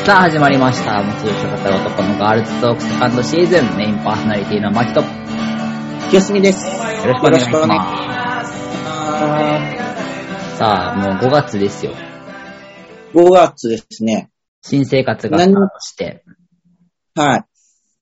さあ始まりました。もつよしを語る男のガールズトークセカンドシーズン、メインパーソナリティのマキと清澄です。 よろしくお願いします。さあ、もう5月ですよ。 5月ですね。 新生活がスタートして、 はい。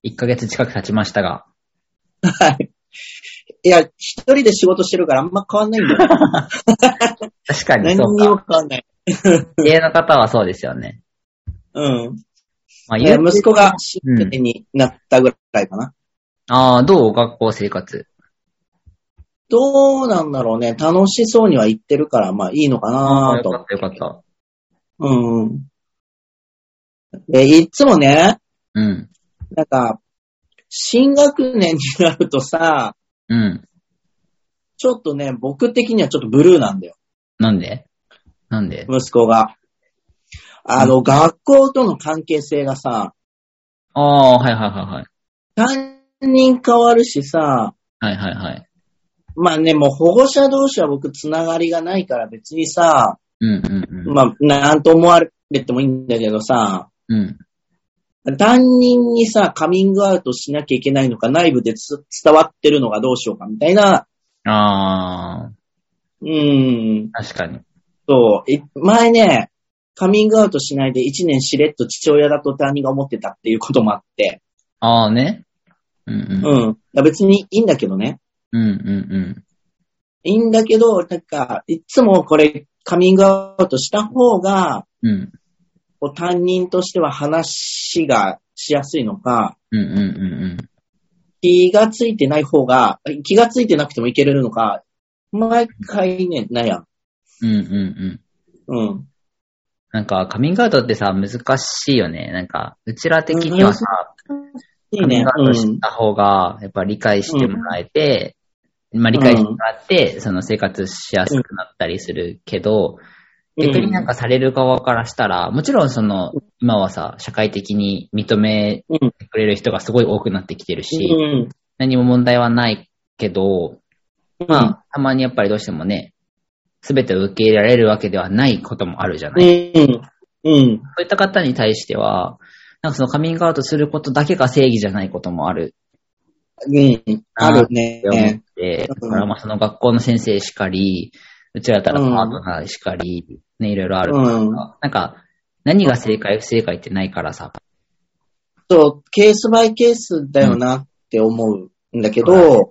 1ヶ月近く経ちましたが。 はい。いや、一人で仕事してるからあんま変わんないんだよ。 確かにそうか。 何にも変わんない。 家の方はそうですよね。 うん。 まあ、 息子が新生になったぐらいかな。 ああ、どう学校生活。 どうなんだろうね。楽しそうには言ってるから、まあいいのかなと。 よかったよかった。 うん。で、いつもね、 うん。 なんか、新学年になるとさ、 うん。 ちょっとね、僕的にはちょっとブルーなんだよ。 なんで息子が。学校との関係性がさ、 ああ、はいはいはいはい。 担任変わるしさ、 はいはいはい。 まあね、もう保護者同士は僕つながりがないから別にさ、 うんうんうん。 まあ、なんと思われてもいいんだけどさ、 うん。 担任にさ、カミングアウトしなきゃいけないのか、内部で伝わってるのがどうしようかみたいな。 ああ、確かに。 そう、前ね、カミングアウトしないで1年しれっと父親だと担任が思ってたっていうこともあって。 ああね。うんうん。 うん。別にいいんだけどね。 うんうんうん。 いいんだけど、なんか、いつもこれ、カミングアウトした方が、 うん。 担任としては話がしやすいのか、 うんうんうんうん。 気がついてない方が、気がついてなくてもいけれるのか、毎回ね、悩む。 うんうんうん。 うん。 なんか、カミングアウトってさ、難しいよね。なんか、うちら的にはさ、 いいね。 カミングアウトした方が、やっぱ理解してもらえて、まあ理解してもらって、その生活しやすくなったりするけど、逆になんかされる側からしたら、もちろんその、今はさ、社会的に認めてくれる人がすごい多くなってきてるし、何も問題はないけど、まあ、たまにやっぱりどうしてもね、すべてを受け入れられるわけではないこともあるじゃない。そういった方に対しては、なんかそのカミングアウトすることだけが正義じゃないこともある。 あるね。 だからまあその学校の先生しかり、うちらだったらパートナーしかり、ね、いろいろあるから、なんか、何が正解不正解ってないからさ。 そう、ケースバイケースだよなって思うんだけど、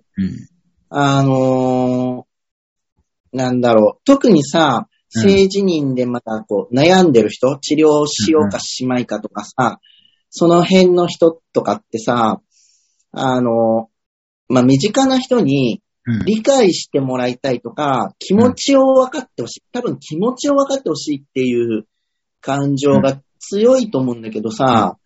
なんだろう、特にさ、性自認でまたこう悩んでる人、治療しようかしまいかとかさ、その辺の人とかってさ、まあ、身近な人に理解してもらいたいとか、気持ちを分かってほしい。多分気持ちを分かってほしいっていう感情が強いと思うんだけどさ、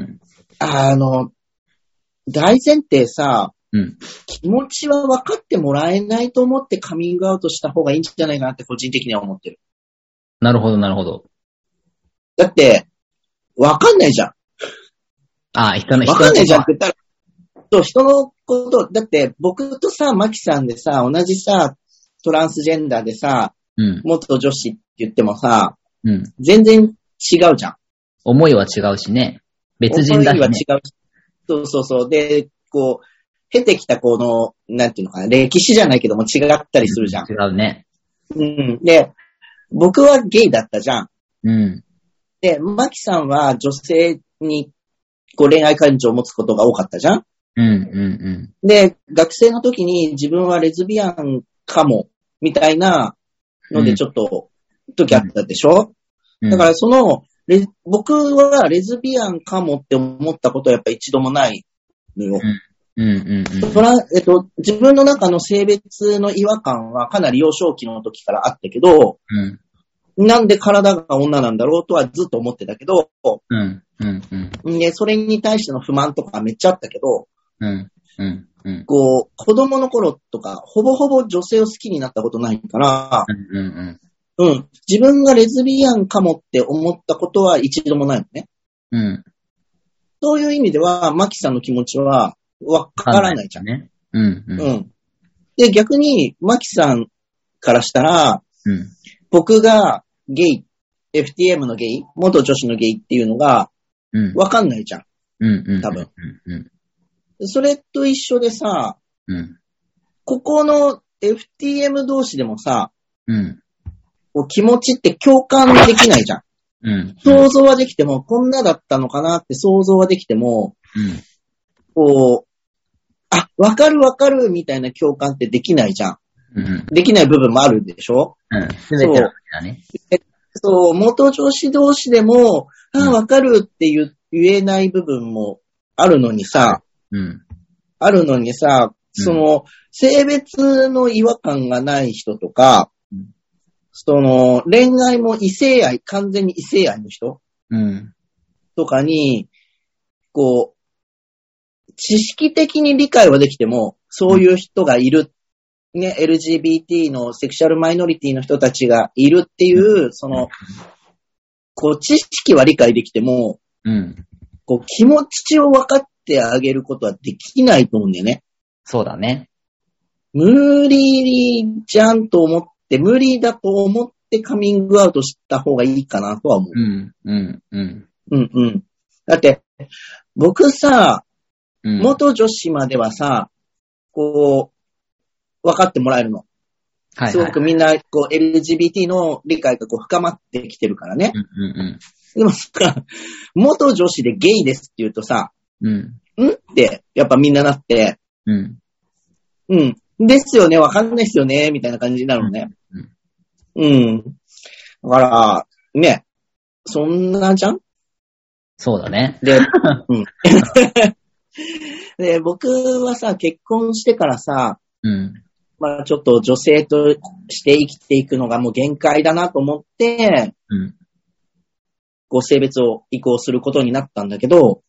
大前提さ、気持ちは分かってもらえないと思ってカミングアウトした方がいいんじゃないかなって個人的には思ってる。 なるほど、なるほど。 だって、分かんないじゃん。分かんないじゃんって言ったら、そう、人のこと、だって僕とさ、マキさんでさ、同じさ、トランスジェンダーでさ、元女子って言ってもさ、全然違うじゃん。 思いは違うしね。別人だしね。 思いは違うし。そうそうそう。で、こう、経てきたこの、なんていうのかな、歴史じゃないけども違ったりするじゃん。 違うね。 で、僕はゲイだったじゃん。 うん。 で、マキさんは女性にこう恋愛感情を持つことが多かったじゃん。で、学生の時に自分はレズビアンかも、みたいなのでちょっと、時あったでしょ、だからその、僕はレズビアンかもって思ったことはやっぱ一度もないのよ。自分の中の性別の違和感はかなり幼少期の時からあったけど、なんで体が女なんだろうとはずっと思ってたけど、で、それに対しての不満とかめっちゃあったけど、こう、子供の頃とか、ほぼほぼ女性を好きになったことないから、自分がレズビアンかもって思ったことは一度もないのね。そういう意味では、マキさんの気持ちはわからないじゃん。で、逆に、マキさんからしたら、僕がゲイ、FTM のゲイ、元女子のゲイっていうのが、 わかんないじゃん。多分。それと一緒でさ、ここの FTM 同士でもさ、こう気持ちって共感できないじゃん。想像はできても、こんなだったのかなって想像はできても、こう、あ、わかるわかるみたいな共感ってできないじゃん。できない部分もあるでしょ。 全てのだね。 そう、元上司同士でも、あ、わかるって言えない部分もあるのにさ、その、性別の違和感がない人とか、その、恋愛も異性愛、完全に異性愛の人、とかに、こう、知識的に理解はできても、そういう人がいる、ね、LGBT のセクシャルマイノリティの人たちがいるっていう、その、こう、知識は理解できても、こう、気持ちを分かってあげることはできないと思うんだよね。 そうだね。 無理じゃんと思って、無理だと思ってカミングアウトした方がいいかなとは思う。だって、僕さ、元女子まではさ、こう、分かってもらえるの。すごくみんな、こう、LGBT の理解がこう深まってきてるからね。でもさ、元女子でゲイですって言うとさ、って、やっぱみんななって、ですよね、わかんないですよね、みたいな感じになるのね。だから、ね、そんなじゃん？ そうだね。 で、で、僕はさ、結婚してからさ、まあちょっと女性として生きていくのがもう限界だなと思って、こう性別を移行することになったんだけど、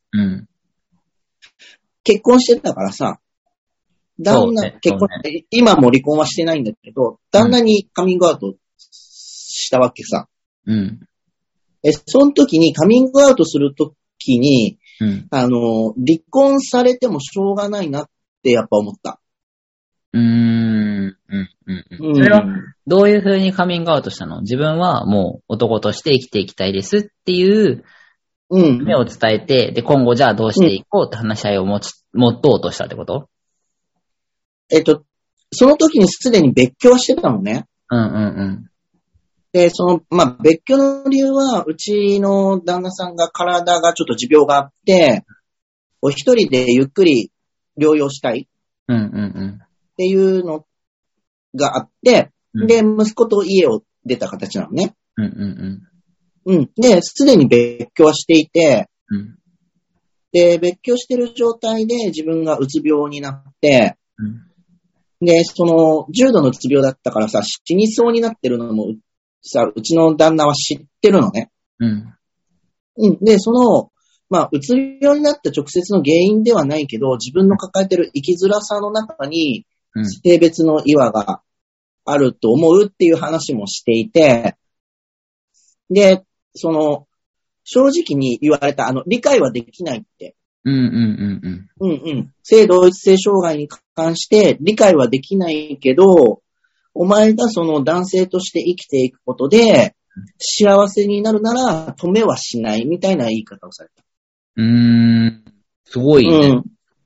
結婚してたからさ、旦那、結婚、今も離婚はしてないんだけど、旦那にカミングアウトしたわけさ。その時にカミングアウトする時に、離婚されてもしょうがないなってやっぱ思った。 それはどういう風にカミングアウトしたの？自分はもう男として生きていきたいですっていう夢を伝えて、で、今後じゃあどうしていこうって話し合いを持とうとしたってこと？ その時にすでに別居はしてたのね。で、まあ、別居の理由は、うちの旦那さんが体がちょっと持病があって、一人でゆっくり療養したい。っていうのがあって、で、息子と家を出た形なのね。で、すでに別居はしていて、で、別居してる状態で自分がうつ病になって、で、重度のうつ病だったからさ、死にそうになってるのもさ、うちの旦那は知ってるのね。で、まあ、うつ病になった直接の原因ではないけど、自分の抱えてる生きづらさの中に、性別の違和があると思うっていう話もしていて、で、正直に言われた、理解はできないって。性同一性障害に関して理解はできないけど、お前が男性として生きていくことで、幸せになるなら止めはしないみたいな言い方をされた。 すごいね。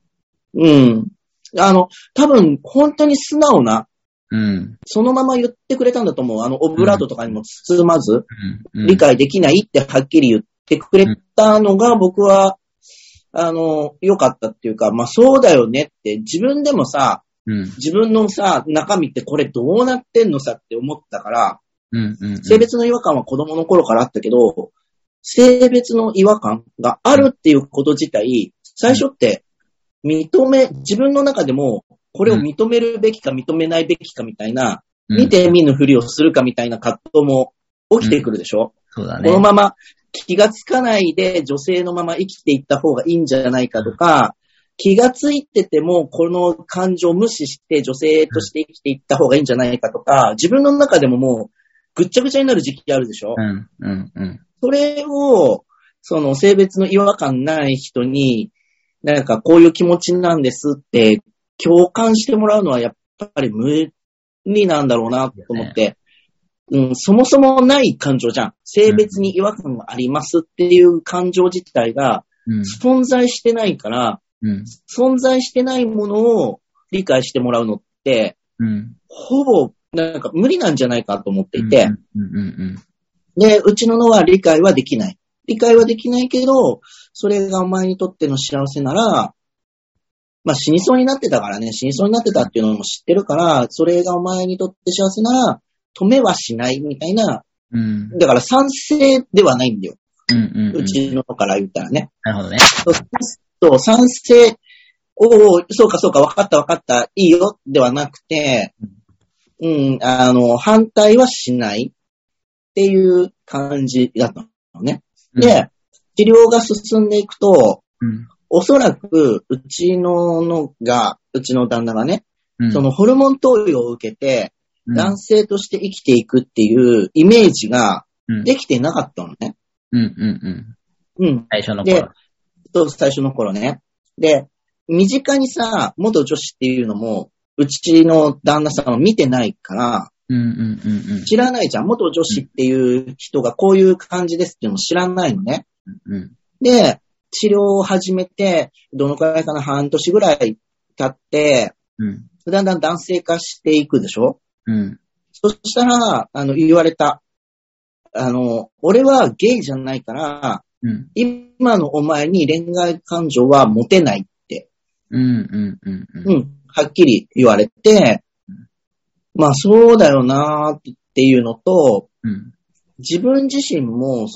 多分、本当に素直な、そのまま言ってくれたんだと思う。オブラートとかにも包まず、理解できないってはっきり言ってくれたのが、僕は、良かったっていうか、まあそうだよねって、自分でもさ、自分のさ、中身ってこれどうなってんのさって思ったから、性別の違和感は子供の頃からあったけど、性別の違和感があるっていうこと自体、最初って自分の中でもこれを認めるべきか認めないべきかみたいな、見て見ぬふりをするかみたいな葛藤も起きてくるでしょ？ そうだね。 このまま気がつかないで女性のまま生きていった方がいいんじゃないかとか、気がついててもこの感情を無視して女性として生きていった方がいいんじゃないかとか、自分の中でももうぐっちゃぐちゃになる時期あるでしょ？それを、性別の違和感ない人に、なんかこういう気持ちなんですって共感してもらうのはやっぱり無理なんだろうなと思って。 そもそもない感情じゃん。性別に違和感がありますっていう感情自体が存在してないから、存在してないものを理解してもらうのって、ほぼなんか無理なんじゃないかと思っていて、で、うちのは理解はできない。理解はできないけど、それがお前にとっての幸せなら、まあ死にそうになってたからね、死にそうになってたっていうのも知ってるから、それがお前にとって幸せなら、止めはしないみたいな、だから賛成ではないんだよ。うちのから言ったらね。 なるほどね。 そう、賛成そうか、わかった、いいよ、ではなくて、反対はしないっていう感じだったのね。で、治療が進んでいくと、おそらく、うちの旦那がね、そのホルモン投与を受けて、男性として生きていくっていうイメージができてなかったのね。 最初の頃。 最初の頃ね。で、身近にさ、元女子っていうのも、うちの旦那さんは見てないから、知らないじゃん。元女子っていう人がこういう感じですっていうのも知らないのね。で、治療を始めて、どのくらいかな、半年ぐらい経って、だんだん男性化していくでしょ。そしたら、言われた。俺はゲイじゃないから、今のお前に恋愛感情は持てないって。はっきり言われて、まあそうだよなーっていうのと、自分自身も、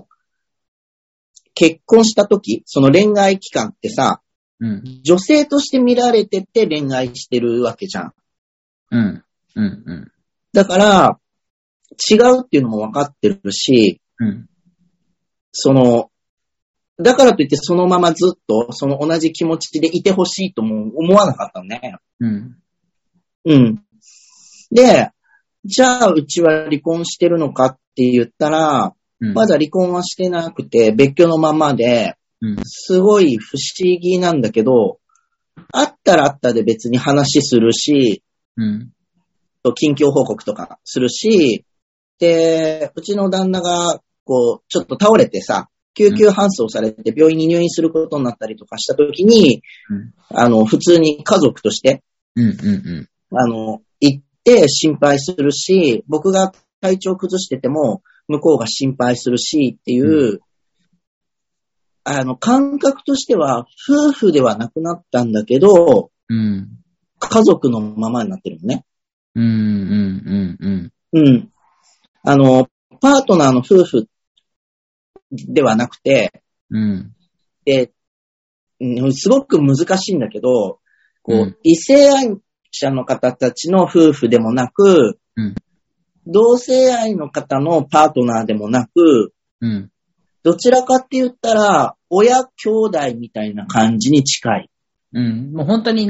結婚した時、その恋愛期間ってさ、女性として見られてて恋愛してるわけじゃん。だから、違うっていうのも分かってるし、だからといってそのままずっとその同じ気持ちでいてほしいとも思わなかったのね。で、じゃあうちは離婚してるのかって言ったら、まだ離婚はしてなくて別居のままで、すごい不思議なんだけど、あったらあったで別に話するし、近況報告とかするし、で、うちの旦那がちょっと倒れてさ、救急搬送されて病院に入院することになったりとかしたときに、普通に家族として、行って心配するし、僕が体調崩してても、向こうが心配するしっていう、感覚としては、夫婦ではなくなったんだけど、家族のままになってるのね。パートナーの夫婦ではなくて、で、すごく難しいんだけど、異性愛者の方たちの夫婦でもなく、同性愛の方のパートナーでもなく、どちらかって言ったら、親兄弟みたいな感じに近い。 もう本当に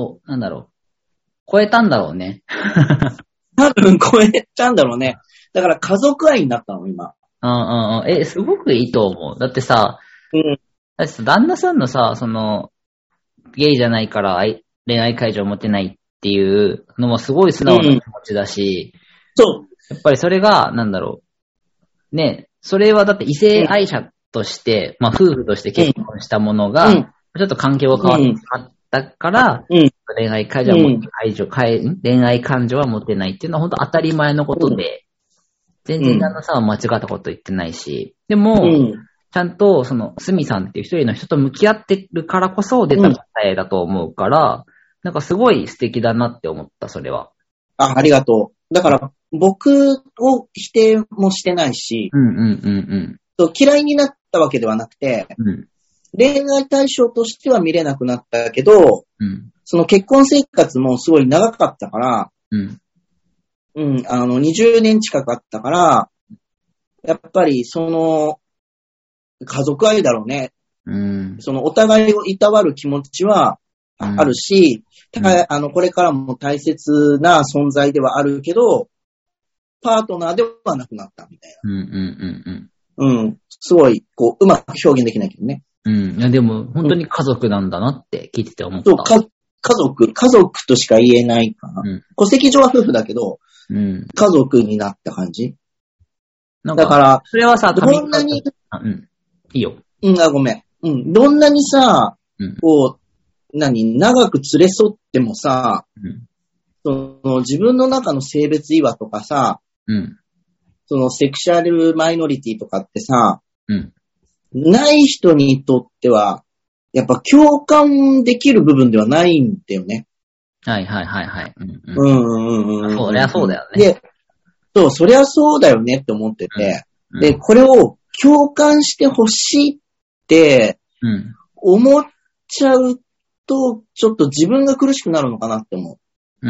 超えたんだろうね。 多分超えたんだろうね。だから家族愛になったの、今。 すごくいいと思う。だってさ、だってさ、旦那さんのさ、ゲイじゃないから恋愛感情を持てないっていうのもすごい素直な気持ちだし、 そう。 やっぱりそれが、ね、それはだって異性愛者として、まあ夫婦として結婚したものが、ちょっと環境が変わってしまったから、恋愛感情は持てないっていうのは本当当たり前のことで、全然旦那さんは間違ったこと言ってないし、でも、ちゃんとスミさんっていう一人の人と向き合ってるからこそ出た答えだと思うから、なんかすごい素敵だなって思った、それは。 ありがとう。だから、僕を否定もしてないし、嫌いになったわけではなくて、恋愛対象としては見れなくなったけど、その結婚生活もすごい長かったから、20年近かったから、やっぱり家族愛だろうね。お互いをいたわる気持ちはあるし、これからも大切な存在ではあるけど、パートナーではなくなったみたいな。すごい、うまく表現できないけどね。 いや、でも、本当に家族なんだなって聞いてて思った。 家族としか言えないかな。戸籍上は夫婦だけど、 家族になった感じ。 なんだから、 それはさ、 どんなに、 いいよ。 ごめん。どんなにさ、こう、長く連れ添ってもさ、その自分の中の性別違和とかさ、そのセクシャルマイノリティとかってさ、ない人にとっては、やっぱ共感できる部分ではないんだよね。 はい。そりゃそうだよね。 で、そりゃそうだよねって思ってて、で、これを共感してほしいって、思っちゃうと、ちょっと自分が苦しくなるのかなって思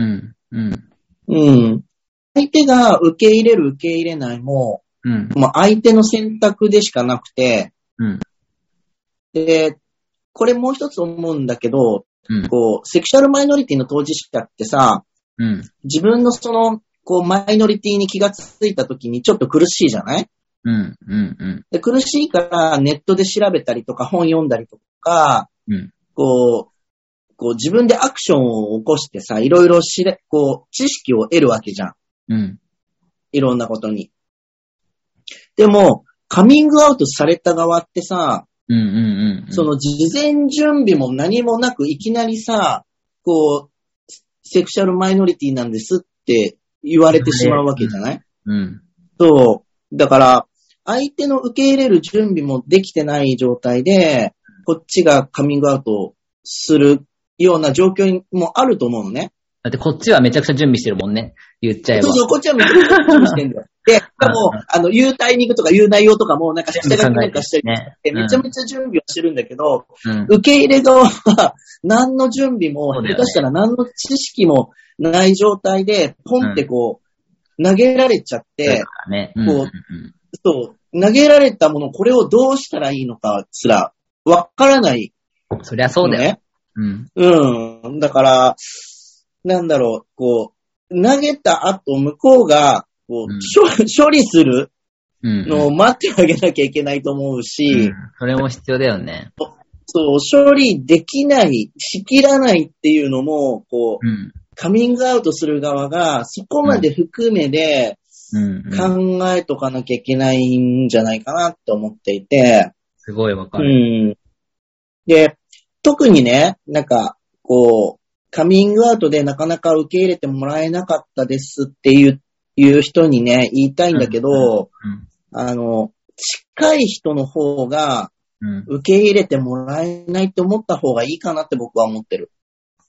う。相手が受け入れる受け入れないも、もう相手の選択でしかなくて、で、これもう一つ思うんだけど、こう、セクシャルマイノリティの当事者ってさ、自分のその、こう、マイノリティに気がついたときにちょっと苦しいじゃない？で、苦しいからネットで調べたりとか本読んだりとか、こう自分でアクションを起こしてさ、いろいろこう、知識を得るわけじゃん。いろんなことに。でも、カミングアウトされた側ってさ、その事前準備も何もなくいきなりさ、こう、セクシャルマイノリティなんですって言われてしまうわけじゃない？そう。だから、相手の受け入れる準備もできてない状態で、こっちがカミングアウトするような状況にもあると思うのね。 だってこっちはめちゃくちゃ準備してるもんね。言っちゃえば。 そう、こっちはめちゃくちゃ準備してるんだよ。で、しかも、言うタイミングとか言う内容とかも、なんか下書きなんかしたりして、めちゃめちゃ準備はしてるんだけど、受け入れ側は、何の準備も、下手したら何の知識もない状態で、ポンってこう、投げられちゃって、そう、投げられたもの、これをどうしたらいいのかすら、わからない。 そりゃそうだよね。 だから、なんだろう、こう、投げた後、向こうが、こう、処理するのを待ってあげなきゃいけないと思うし、 それも必要だよね。 そう、処理できない、しきらないっていうのも、こう、カミングアウトする側が、そこまで含めで、考えとかなきゃいけないんじゃないかなって思っていて。 すごいわかる。 で、特にね、なんか、こう、カミングアウトでなかなか受け入れてもらえなかったですっていう人にね、言いたいんだけど、近い人の方が、受け入れてもらえないって思った方がいいかなって僕は思ってる。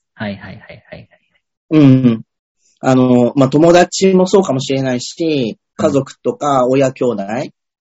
友達もそうかもしれないし、家族とか親兄弟、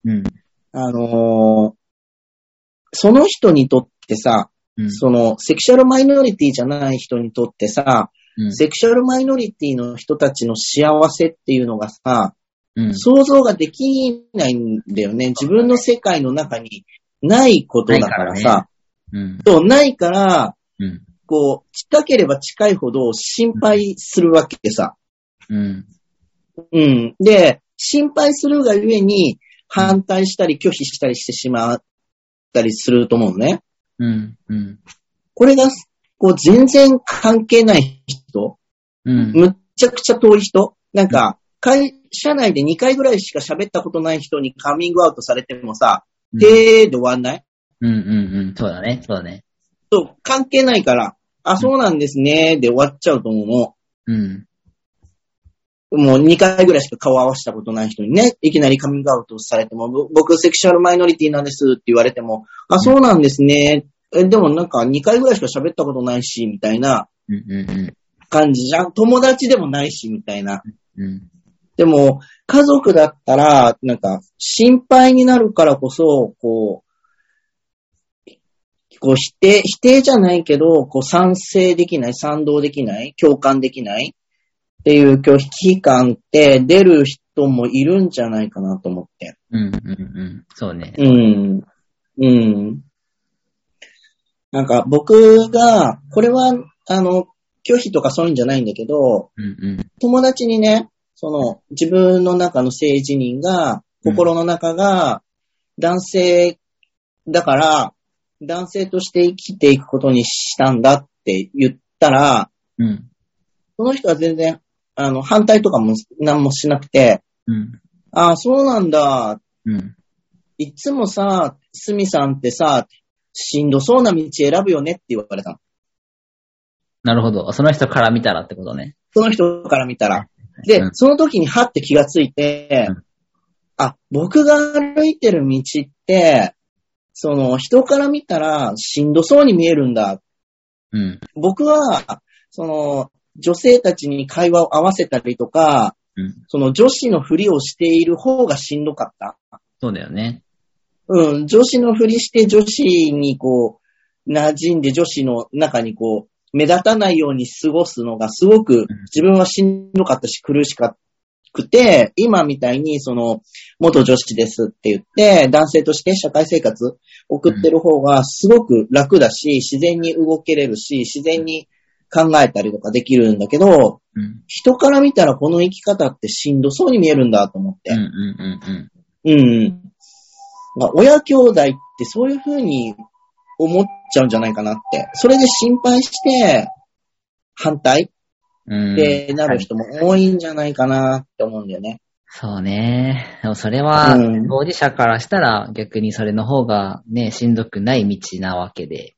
その人にとってさ、そのセクシャルマイノリティじゃない人にとってさ、セクシャルマイノリティの人たちの幸せっていうのがさ、想像ができないんだよね。自分の世界の中にないことだからさ。ないから、こう、近ければ近いほど心配するわけでさ。で、心配するがゆえに反対したり拒否したりしてしまったりすると思うのね。これが、こう、全然関係ない人、むっちゃくちゃ遠い人、なんか、社内で2回ぐらいしか喋ったことない人にカミングアウトされてもさ、へーで終わんない？ そうだね。 そう、関係ないから、そうなんですね、で終わっちゃうと思うの。もう2回ぐらいしか顔合わせたことない人にね、いきなりカミングアウトされても、僕セクシャルマイノリティなんですって言われても、そうなんですね。でもなんか2回ぐらいしか喋ったことないし、みたいな感じじゃん。友達でもないし、みたいな。でも、家族だったら、なんか、心配になるからこそ、こう否定じゃないけど、こう賛同できない、共感できないっていう拒否感って出る人もいるんじゃないかなと思って。 そうね。 なんか僕が、これは、拒否とかそういうんじゃないんだけど、友達にね、その、自分の中の性自認が、心の中が、男性だから、男性として生きていくことにしたんだって言ったら、その人は全然、 反対とかも何もしなくて、 うん。 ああ、そうなんだ。 うん。 いつもさ、すみさんってさ、しんどそうな道選ぶよねって言われたの。 なるほど。その人から見たらってことね。 その人から見たら。で、その時にはって気がついて、あ、僕が歩いてる道って、人から見たらしんどそうに見えるんだ。 うん。 僕は、女性たちに会話を合わせたりとか、女子のふりをしている方がしんどかった。 そうだよね。 うん、女子のふりして女子に馴染んで女子の中に目立たないように過ごすのがすごく自分はしんどかったし苦しかくて、今みたいに元女子ですって言って、男性として社会生活送ってる方がすごく楽だし、自然に動けれるし、自然に考えたりとかできるんだけど、人から見たらこの生き方ってしんどそうに見えるんだと思って。親兄弟ってそういう風に思っちゃうんじゃないかなって。それで心配して反対ってなる人も多いんじゃないかなって思うんだよね。 そうね。でもそれは、当事者からしたら逆にそれの方がね、しんどくない道なわけで。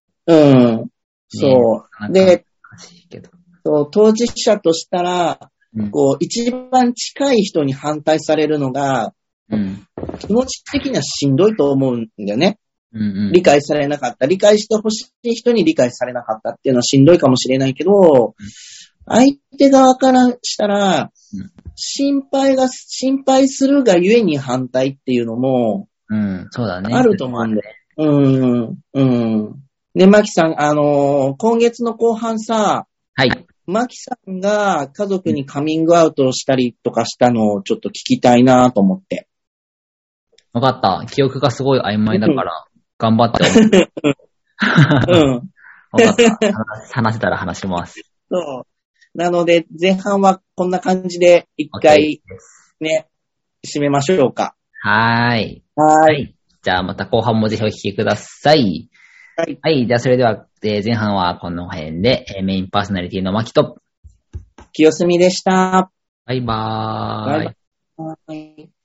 そう。で、当事者としたら、一番近い人に反対されるのが、気持ち的にはしんどいと思うんだよね。理解されなかった。理解してほしい人に理解されなかったっていうのはしんどいかもしれないけど、相手側からしたら、心配するがゆえに反対っていうのも、 そうだね。 あると思うんで。で、マキさん、今月の後半さ、 はい。 マキさんが家族にカミングアウトをしたりとかしたのをちょっと聞きたいなと思って。 わかった。記憶がすごい曖昧だから、頑張って思う。わかった。話せたら話します。 そう。なので、前半はこんな感じで一回ね、締めましょうか。 はい。じゃあまた後半もぜひお聞きください。はい。じゃあそれでは、前半はこの辺で、メインパーソナリティのマキと、 清澄でした。 バイバーイ。 バイバーイ。